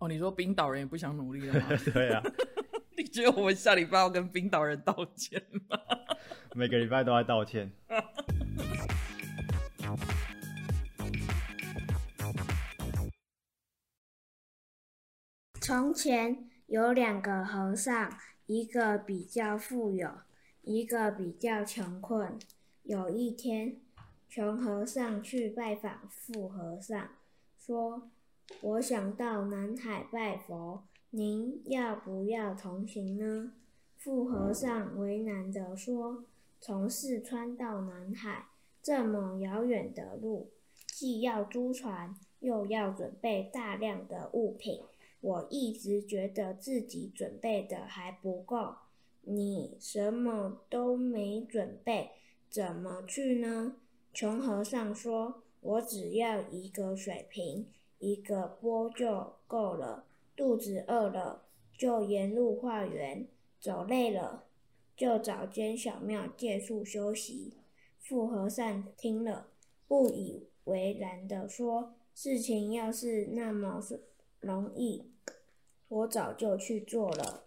哦，你说冰岛人也不想努力了吗？ 对啊， 你觉得我们下礼拜要跟冰岛人道歉吗？ 每个礼拜都在道歉。 从前有2个和尚，一个比较富有，一个比较穷困。有一天，穷和尚去拜访富和尚，说：“我想到南海拜佛，您要不要同行呢？”富和尚为难地说：“从四川到南海，这么遥远的路，既要租船，又要准备大量的物品。我一直觉得自己准备的还不够，你什么都没准备，怎么去呢？”穷和尚说：“我只要一个水瓶，一个钵就够了。肚子饿了，就沿路化缘；走累了，就找间小庙借宿休息。”富和尚听了，不以为然地说：“事情要是那么容易，我早就去做了。”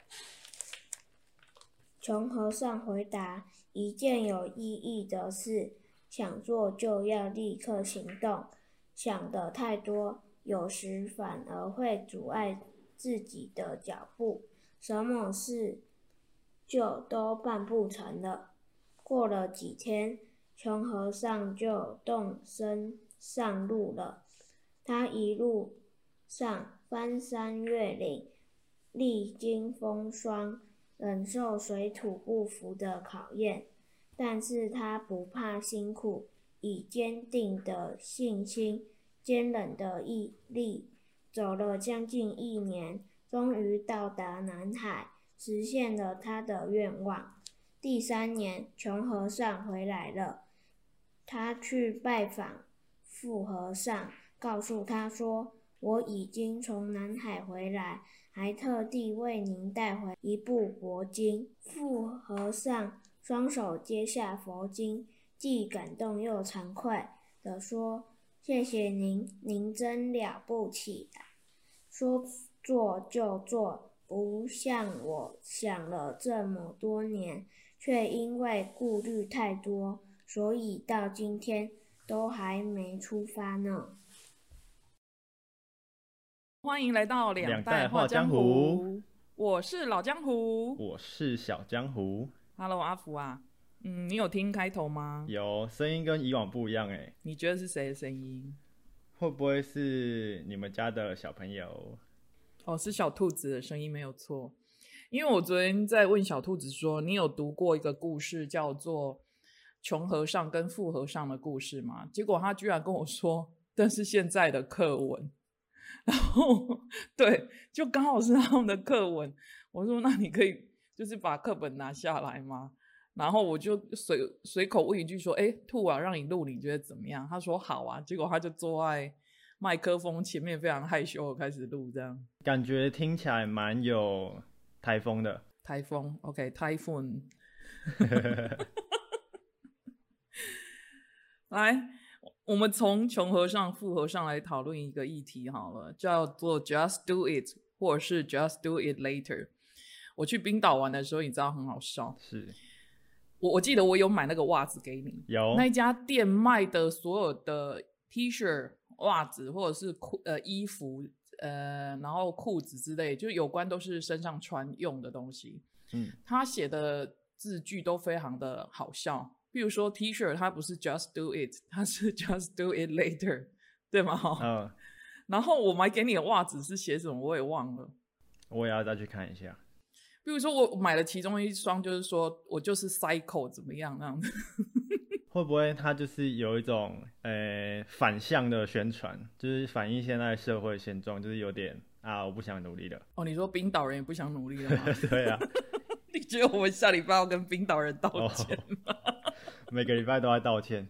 穷和尚回答：“一件有意义的事，想做就要立刻行动，想得太多，有时反而会阻碍自己的脚步，什么事就都办不成了。”过了几天，穷和尚就动身上路了。他一路上翻山越岭，历经风霜，忍受水土不服的考验，但是他不怕辛苦，以坚定的信心、坚韧的毅力，走了将近1年，终于到达南海，实现了他的愿望。第3年，穷和尚回来了，他去拜访富和尚，告诉他说：“我已经从南海回来，还特地为您带回一部佛经。”富和尚双手接下佛经，既感动又惭愧地说：“谢谢您，您真了不起啊！说做就做，不像我想了这么多年，却因为顾虑太多，所以到今天都还没出发呢。” 欢迎来到两代画江湖，我是老江湖， 我是小江湖。 Hello， 阿福啊，你有听开头吗？ 有，声音跟以往不一样欸。 你觉得是谁的声音？ 会不会是你们家的小朋友？ 哦，是小兔子的声音，没有错。因为我昨天在问小兔子说，你有读过一个故事叫做穷和尚跟富和尚的故事吗？结果他居然跟我说，但是现在的课文。然后对，就刚好是他们的课文。我说那你可以就是把课本拿下来吗？然后我就随口问一句说，兔啊，让你录你觉得怎么样？他说好啊。结果他就坐在麦克风前面非常害羞的开始录，这样感觉听起来蛮有台风的。 台风 OK Typhoon 来，我们从穷和尚富和尚来讨论一个议题好了，叫做 Just Do It 或者是 Just Do It Later。 我去冰岛玩的时候你知道很好笑， 是我记得我有买那个袜子给你， 有那一家店卖的所有的 T 恤袜子或者是衣服然后裤子之类，就有关都是身上穿用的东西。他写的字句都非常的好笑，比如说 T 恤它不是 just do it， 它是 just do it later， 对吗？然后我买给你的袜子是写什么我也忘了， 我也要再去看一下。 比如说我买了其中一双，就是说我就是 cycle 怎么样那样子会不会它就是有一种反向的宣传，就是反映现在社会现状，就是有点我不想努力了。 哦，你说冰岛人也不想努力了吗？ 对啊。 你觉得我们下礼拜要跟冰岛人道歉吗？ 每个礼拜都在道歉。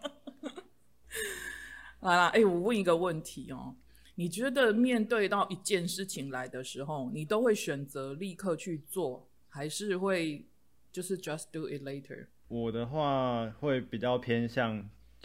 来啦，我问一个问题哦，你觉得面对到一件事情来的时候，你都会选择立刻去做，还是会就是 just do it later？ 我的话会比较偏向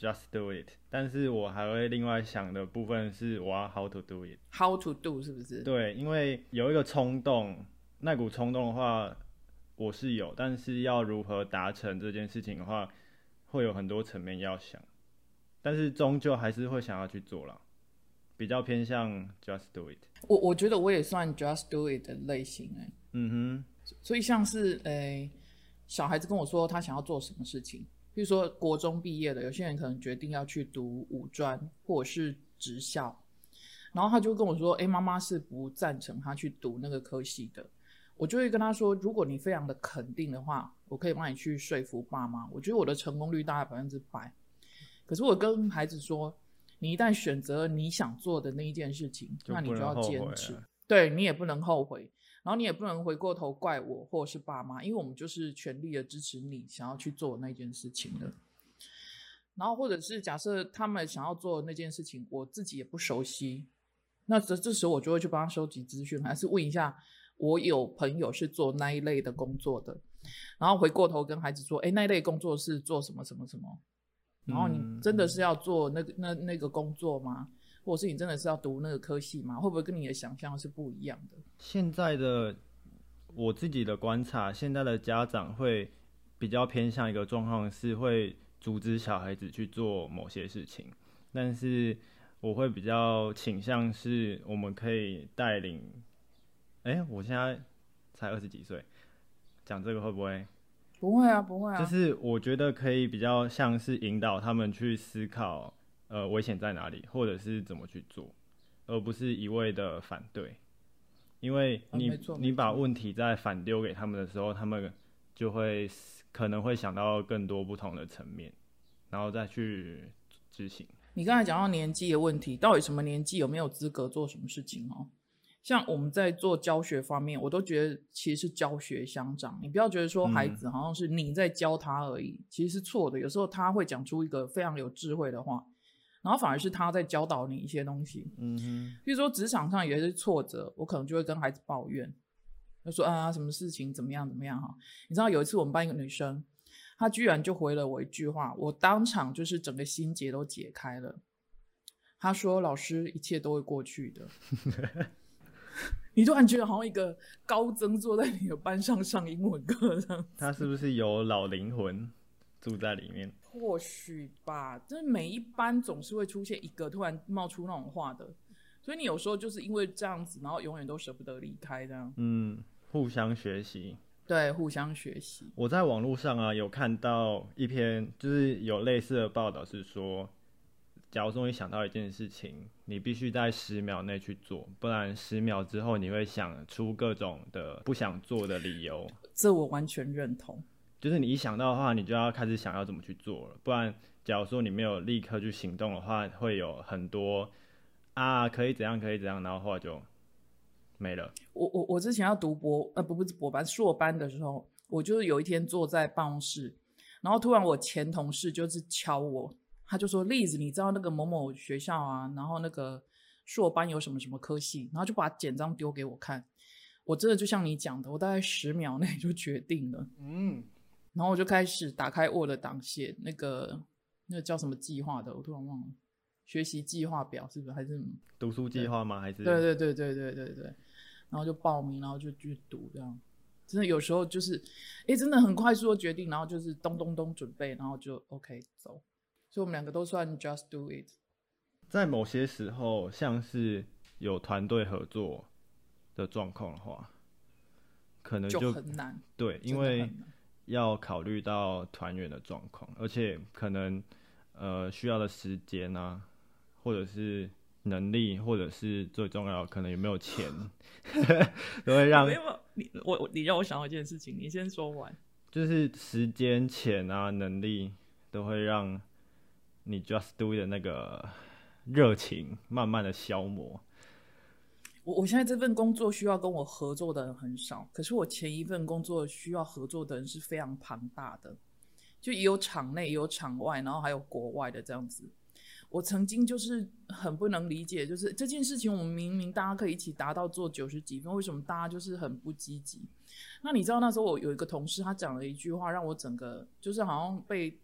just do it， 但是我还会另外想的部分是我要 how to do it。 how to do 是不是？ 对，因为有一个冲动，那股冲动的话我是有，但是要如何达成这件事情的话，会有很多层面要想，但是终究还是会想要去做啦，比较偏向 just do it。 我觉得我也算 just do it 的类型所以像是小孩子跟我说他想要做什么事情，比如说国中毕业的，有些人可能决定要去读五专或者是职校，然后他就跟我说妈妈是不赞成他去读那个科系的。我就会跟他说，如果你非常的肯定的话，我可以帮你去说服爸妈，我觉得我的成功率大概100%。可是我跟孩子说，你一旦选择你想做的那一件事情，那你就要坚持，对，你也不能后悔，然后你也不能回过头怪我或是爸妈，因为我们就是全力的支持你想要去做那件事情的。然后或者是假设他们想要做的那件事情我自己也不熟悉，那这时候我就会去帮他收集资讯，还是问一下我有朋友是做那一类的工作的，然后回过头跟孩子说那一类工作是做什么什么什么，然后你真的是要做那个工作吗？或者是你真的是要读那个科系吗？会不会跟你的想象是不一样的？ 现在的我自己的观察，现在的家长会比较偏向一个状况，是会阻止小孩子去做某些事情，但是我会比较倾向是我们可以带领。我现在才20几岁，讲这个会不会？ 不会啊，不会啊。 就是我觉得可以比较像是引导他们去思考，危险在哪里，或者是怎么去做，而不是一味的反对。因为你把问题再反丢给他们的时候，他们就会可能会想到更多不同的层面，然后再去执行。 你刚才讲到年纪的问题，到底什么年纪有没有资格做什么事情像我们在做教学方面，我都觉得其实是教学相长，你不要觉得说孩子好像是你在教他而已，其实是错的。有时候他会讲出一个非常有智慧的话，然后反而是他在教导你一些东西。比如说职场上有一些挫折，我可能就会跟孩子抱怨，就说什么事情怎么样怎么样你知道有一次我们班一个女生，她居然就回了我一句话，我当场就是整个心结都解开了。她说老师一切都会过去的。你突然觉得好像一个高僧坐在你的班上上英文课这样子。 他是不是有老灵魂住在里面？ 或许吧，就是每一班总是会出现一个突然冒出那种话的，所以你有时候就是因为这样子，然后永远都舍不得离开这样。 互相学习。 对，互相学习。 我在网络上有看到一篇，就是有类似的报道，是说假如说你想到一件事情，你必须在10秒内去做，不然10秒之后你会想出各种的不想做的理由。 这我完全认同。 就是你一想到的话，你就要开始想要怎么去做了，不然假如说你没有立刻去行动的话，会有很多可以怎样可以怎样，然后后来就没了。 我之前要读不是博班硕班的时候，我就是有一天坐在办公室，然后突然我前同事就是敲我，他就说Liz你知道那个某某学校然后那个硕班有什么什么科系，然后就把简章丢给我看。我真的就像你讲的，我大概10秒内就决定了。然后我就开始打开 Word 档写那个叫什么计划的，我突然忘了，学习计划表是不是还是读书计划吗？还是对，然后就报名，然后就去读这样。真的有时候就是真的很快速的决定，然后就是咚咚咚准备，然后就 OK 走。所以我们两个都算 just do it。 在某些时候像是有团队合作的状况的话，可能就很难。 对，因为要考虑到团员的状况，而且可能需要的时间或者是能力，或者是最重要可能有没有钱都会让你让我想到一件事情，你先说完。 就是时间、钱能力都会让你 just do 的那个热情慢慢的消磨。 我现在这份工作需要跟我合作的人很少，可是我前一份工作需要合作的人是非常庞大的，就也有场内也有场外，然后还有国外的这样子。我曾经就是很不能理解，就是这件事情我们明明大家可以一起达到做90几分，为什么大家就是很不积极？那你知道那时候我有一个同事，他讲了一句话让我整个就是好像被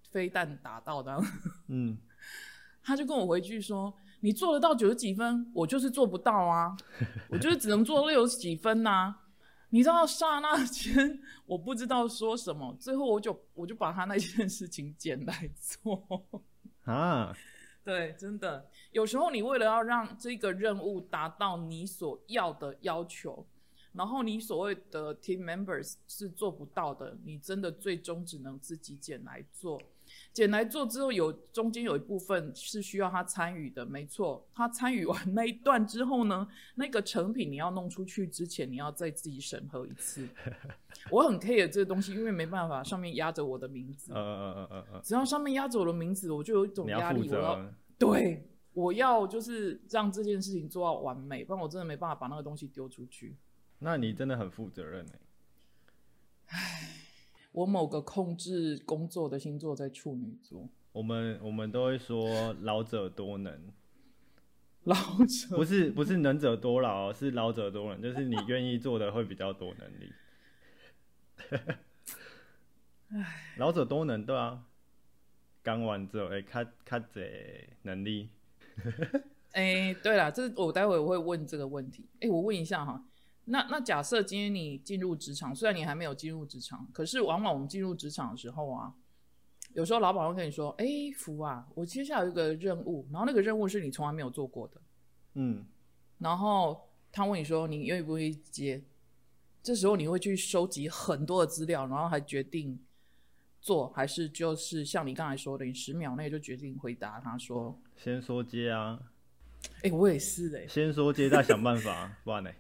飞弹打到的。 他就跟我回句说，你做得到90几分，我就是做不到啊，我就是只能做60几分啊。你知道刹那间我不知道说什么，最后我就把他那件事情捡来做啊。对，真的有时候你为了要让这个任务达到你所要的要求，然后你所谓的 team members 是做不到的，你真的最终只能自己捡来做。捡来做之后，中间有一部分是需要他参与的，没错。他参与完那一段之后呢，那个成品你要弄出去之前，你要再自己审核一次。我很 care 这个东西，因为没办法，上面压着我的名字。只要上面压着我的名字，我就有一种压力，我要就是让这件事情做到完美，不然我真的没办法把那个东西丢出去。 那你真的很负责任我某个控制工作的星座在处女座。 我们都会说老者多能。 老者不是能者多劳，是老者多能，就是你愿意做的会比较多能力。老者多能，对啊，刚完之后较济能力。 对啦，这我待会我会问这个问题。我问一下哈，那假设今天你进入职场，虽然你还没有进入职场，可是往往我们进入职场的时候啊，有时候老板会跟你说，福啊，我接下来有一个任务，然后那个任务是你从来没有做过的，然后他问你说你愿不愿意接，这时候你会去收集很多的资料，然后还决定做，还是就是像你刚才说的，你10秒内就决定回答他说先说接啊。 我也是先说接再想办法，不然呢？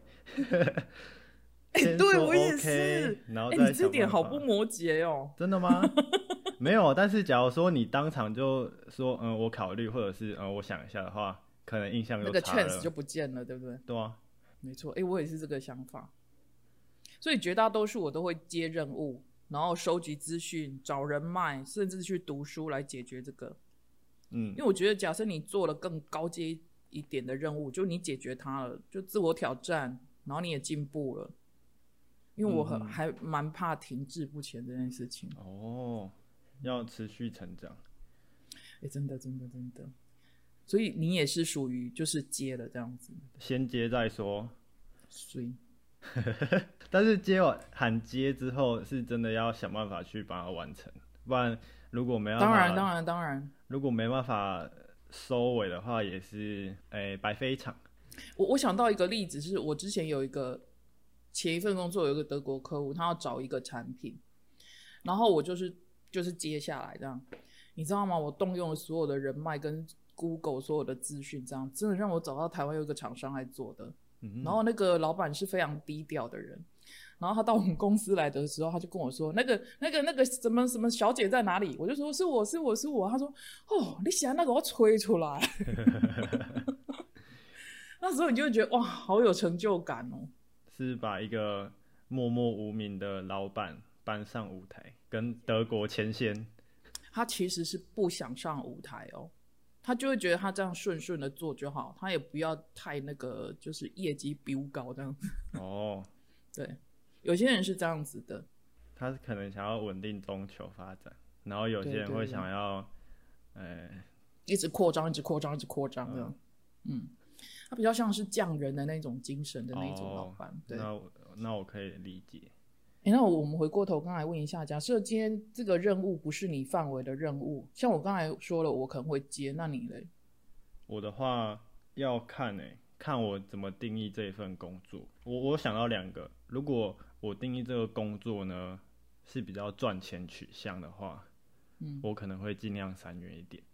对，我也是。 然后再想办法。 你这点好不摩羯哦。 真的吗？没有，但是假如说你当场就说我考虑，或者是我想一下的话，可能印象就差了， 那个 chance 就不见了，对不对？ 对啊， 没错。我也是这个想法，所以绝大多数我都会接任务，然后收集资讯、找人脉，甚至去读书来解决这个。因为我觉得假设你做了更高阶一点的任务，就你解决它了，就自我挑战，然后你也进步了。因为我还蛮怕停滞不前这件事情。 要持续成长。 真的。所以你也是属于就是接了这样子， 先接再说。 所以但是接完喊接之后，是真的要想办法去把它完成，不然如果没办法， 当然， 如果没办法收尾的话，也是白费一场。 我想到一个例子，是我之前前一份工作有一个德国客户，他要找一个产品，然后我就是接下来这样，你知道吗？我动用了所有的人脉跟 Google 所有的资讯，这样真的让我找到台湾有一个厂商来做的。然后那个老板是非常低调的人，然后他到我们公司来的时候，他就跟我说那个什么什么小姐在哪里？我就说是我。他说你想那个我吹出来。那时候你就会觉得哇，好有成就感哦。 是把一个默默无名的老板搬上舞台，跟德国前线。 他其实是不想上舞台哦，他就会觉得他这样顺顺的做就好，他也不要太那个就是业绩飙高这样子。对，有些人是这样子的， 他可能想要稳定中求发展，然后有些人会想要一直扩张这样。他比较像是匠人的那种精神的那种老板。对， 那我可以理解。 那我们回过头刚才问一下，假设今天这个任务不是你范围的任务，像我刚才说了我可能会接，那你嘞？ 我的话要看我怎么定义这一份工作。我想到2个，如果我定义这个工作呢是比较赚钱取向的话，我可能会尽量3元一点。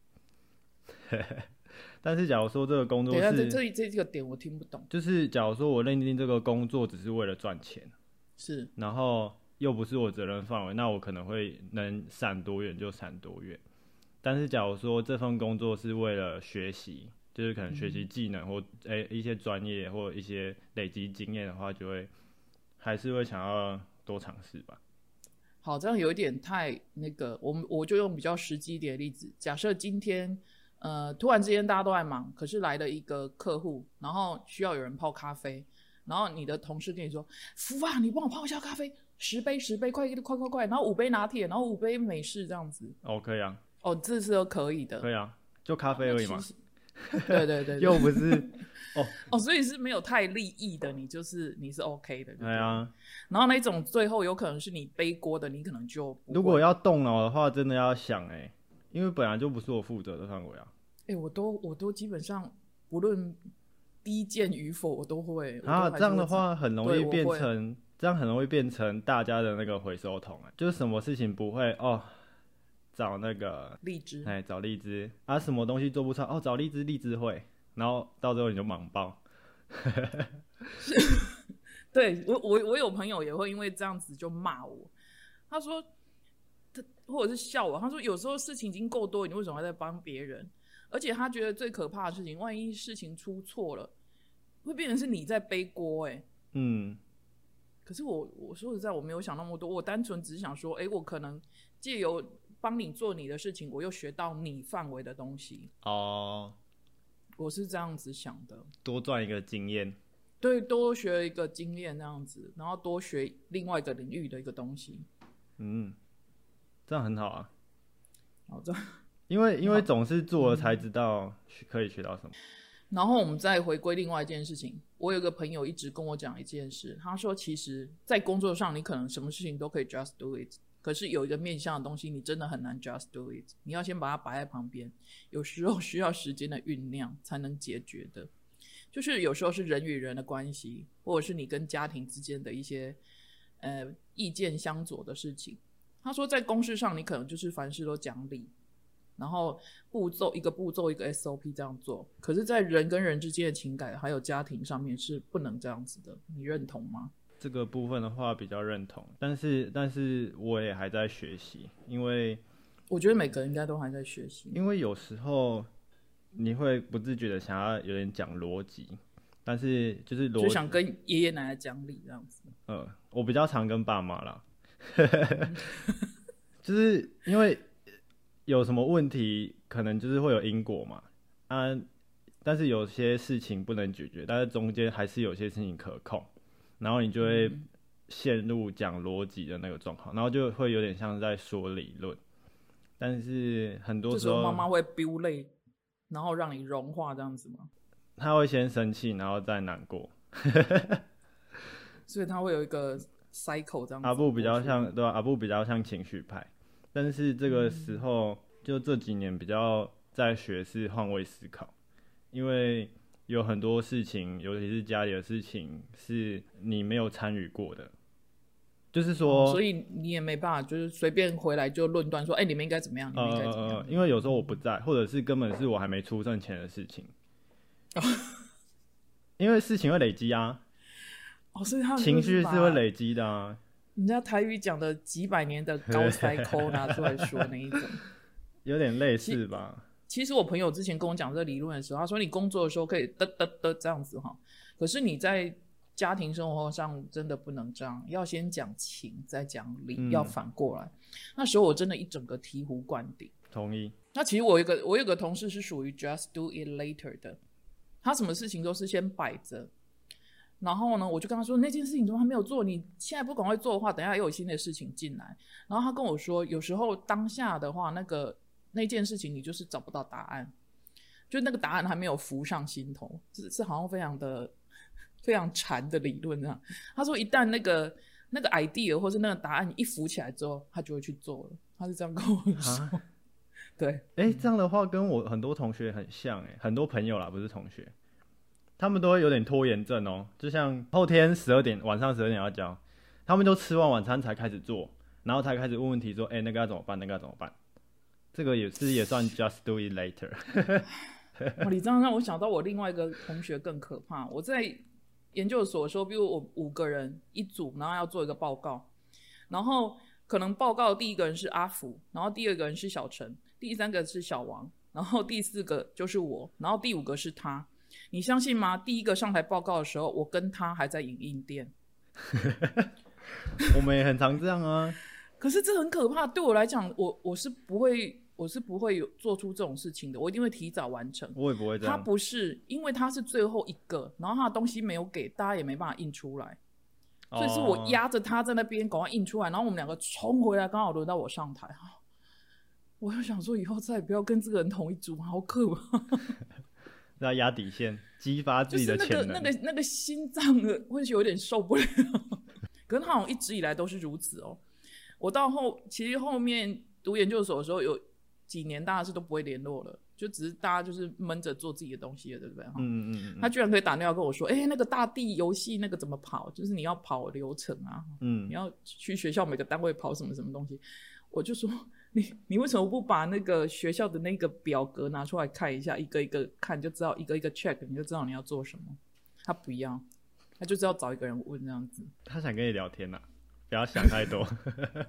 但是假如说这个工作是这个点我听不懂， 就是假如说我认定这个工作只是为了赚钱， 是， 然后又不是我责任范围，那我可能会能闪多远就闪多远。但是假如说这份工作是为了学习，就是可能学习技能或一些专业或一些累积经验的话，还是会想要多尝试吧。 好，这样有一点太那个，我就用比较实际一点的例子，假设今天突然之间大家都在忙，可是来了一个客户，然后需要有人泡咖啡， 然后你的同事跟你说，福啊，你帮我泡一下咖啡，10杯，快，然后5杯拿铁，然后5杯美式这样子。 哦，可以啊。 哦，这是都可以的。 可以啊，就咖啡而已嘛。 对， 又不是哦，所以是没有太利益的，你是 OK 的。 对啊。 然后那种最后有可能是你背锅的，你可能就不会。 如果要动脑的话，真的要想因为本来就不是我负责的范围啊。 我都基本上不论低贱与否，我都会啊。这样的话很容易变成，这样很容易变成大家的那个回收桶就是什么事情不会找那个荔枝， 找荔枝啊，什么东西做不出找荔枝会，然后到最后你就忙爆。 对，我有朋友也会因为这样子就骂我，他说或者是笑我，他说有时候事情已经够多，你为什么还在帮别人？而且他觉得最可怕的事情，万一事情出错了，会变成是你在背锅可是我说实在，我没有想那么多，我单纯只是想说，我可能借由帮你做你的事情，我又学到你范围的东西。我是这样子想的， 多赚一个经验。 对，多学一个经验那样子，然后多学另外一个领域的一个东西。 这样很好啊。 好，这样因为总是做了才知道可以学到什么。 然后我们再回归另外一件事情，我有个朋友一直跟我讲一件事，他说其实在工作上你可能什么事情都可以 just do it， 可是有一个面向的东西你真的很难 just do it， 你要先把它摆在旁边，有时候需要时间的酝酿才能解决的。就是有时候是人与人的关系，或者是你跟家庭之间的一些意见相左的事情。他说在公事上你可能就是凡事都讲理，然后一个步骤一个 SOP 这样做，可是在人跟人之间的情感还有家庭上面是不能这样子的，你认同吗？ 这个部分的话比较认同，但是我也还在学习，因为我觉得每个人应该都还在学习， 因为有时候你会不自觉的想要有点讲逻辑，但是就是就想跟爷爷奶奶讲理这样子。 我比较常跟爸妈啦就是因为有什么问题可能就是会有因果嘛但是有些事情不能解决，但是中间还是有些事情可控，然后你就会陷入讲逻辑的那个状况，然后就会有点像在说理论，但是很多时候妈妈会飙泪，然后让你融化这样子吗？ 他会先生气，然后再难过所以他会有一个 cycle 这样子。 阿布比较像，对吧？阿布比较像情绪派，但是这个时候就这几年比较在学是换位思考，因为有很多事情，尤其是家里的事情，是你没有参与过的，就是说， 所以你也没办法，就是随便回来就论断说，你们应该怎么样，你们应该怎么样。 因为有时候我不在，或者是根本是我还没出生前的事情，因为事情会累积啊。 所以他情绪是会累积的啊。 人家台语讲的几百年的高塞抠拿出来说那一种， 有点类似吧。 其实我朋友之前跟我讲这个理论的时候，他说你工作的时候可以这样子哈，可是你在家庭生活上真的不能这样，要先讲情再讲理，要反过来。那时候我真的一整个醍醐灌顶。 同意。 那其实我有个同事是属于 just do it later 的，他什么事情都是先摆着，然后呢我就跟他说那件事情怎么还没有做，你现在不赶快做的话，等一下又有新的事情进来。然后他跟我说有时候当下的话那件事情你就是找不到答案，就那个答案还没有浮上心头，是好像非常禅的理论这样。他说一旦那个 idea 或是那个答案一浮起来之后，他就会去做了，他是这样跟我说。对， 这样的话跟我很多同学很像很多朋友啦，不是同学，他们都会有点拖延症哦。就像后天晚上12点要交，他们都吃完晚餐才开始做，然后才开始问问题说那个要怎么办，那个要怎么办。这个也算 just do it later 你这样让我想到我另外一个同学更可怕。我在研究所的时候，比如我5个人一组，然后要做一个报告，然后可能报告的第一个人是阿福，然后第2个人是小陈，第3个是小王，然后第4个就是我，然后第5个是他。你相信吗？第1个上台报告的时候，我跟他还在影印店我们也很常这样啊。 可是这很可怕，对我来讲，我是不会我是不会有做出这种事情的，我一定会提早完成。 我也不会这样。 他不是，因为他是最后一个，然后他的东西没有给，大家也没办法印出来，所以是我压着他在那边赶快印出来，然后我们2个冲回来，刚好轮到我上台。我就想说以后再也不要跟这个人同一组，好可怕。 要压底线，激发自己的潜能。 就是那个心脏的会有点受不了。可是他好像一直以来都是如此哦。我到其实后面读研究所的时候，有几年大家是都不会联络了，就只是大家就是闷着做自己的东西了，对不对？他居然可以打电话跟我说，那个大地游戏那个怎么跑？就是你要跑流程啊，你要去学校每个单位跑什么什么东西。我就说你为什么不把那个学校的那个表格拿出来看一下，一个一个看就知道，一个一个 check 你就知道你要做什么。他不要，他就是要找一个人问这样子。 他想跟你聊天啊，不要想太多。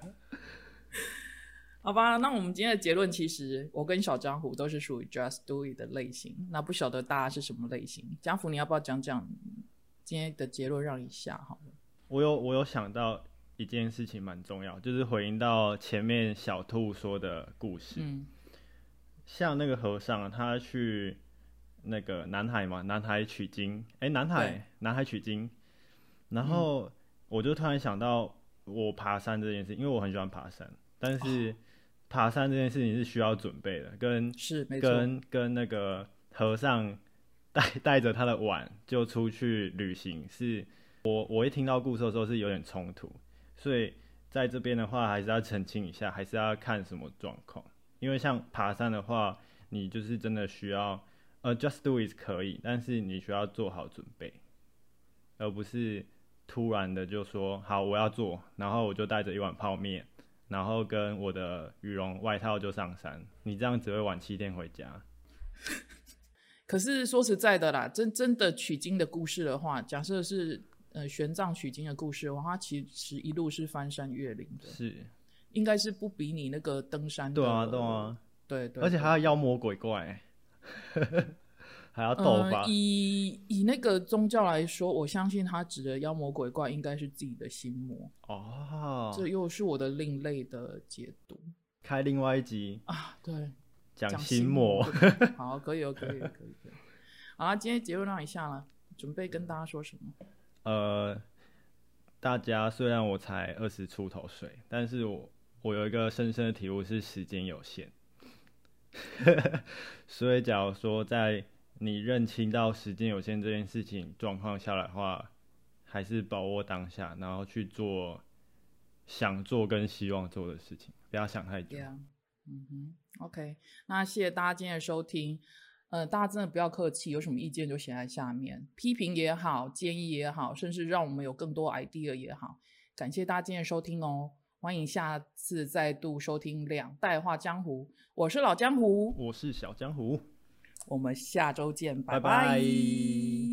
好吧，那我们今天的结论，其实我跟小江湖都是属于 just do it 的类型。那不晓得大家是什么类型？江湖，你要不要讲讲今天的结论，让你下好了？ 我有想到一件事情蛮重要，就是回应到前面小兔说的故事。像那个和尚，他去那个南海嘛，南海取经，南海取经，然后我就突然想到我爬山这件事，因为我很喜欢爬山，但是爬山这件事情是需要准备的，跟那个和尚带着他的碗就出去旅行，是我一听到故事的时候是有点冲突。所以在这边的话，还是要澄清一下，还是要看什么状况。因为像爬山的话，你就是真的需要just do it 可以，但是你需要做好准备，而不是突然的就说好我要做，然后我就带着一碗泡面，然后跟我的羽绒外套就上山。你这样只会晚7天回家。 可是说实在的啦，真的取经的故事的话，假设是玄奘取经的故事的话，他其实一路是翻山越岭的， 是应该是不比你那个登山的。对， 而且还要妖魔鬼怪，还要斗法。 以那个宗教来说，我相信他指的妖魔鬼怪应该是自己的心魔。这又是我的另类的解读。 开另外一集啊，对， 讲心魔。 好，可以。好，今天结论让你下了，准备跟大家说什么？ 大家虽然我才20出头岁，但是我有一个深深的体悟是时间有限。所以假如说在你认清到时间有限这件事情状况下来的话，还是把握当下，然后去做想做跟希望做的事情，不要想太久。 OK， 那谢谢大家今天的收听。大家真的不要客气，有什么意见就写在下面，批评也好，建议也好，甚至让我们有更多 idea 也好。感谢大家今天的收听哦，欢迎下次再度收听两代话江湖，我是老江湖， 我是小江湖， 我们下周见，拜拜拜。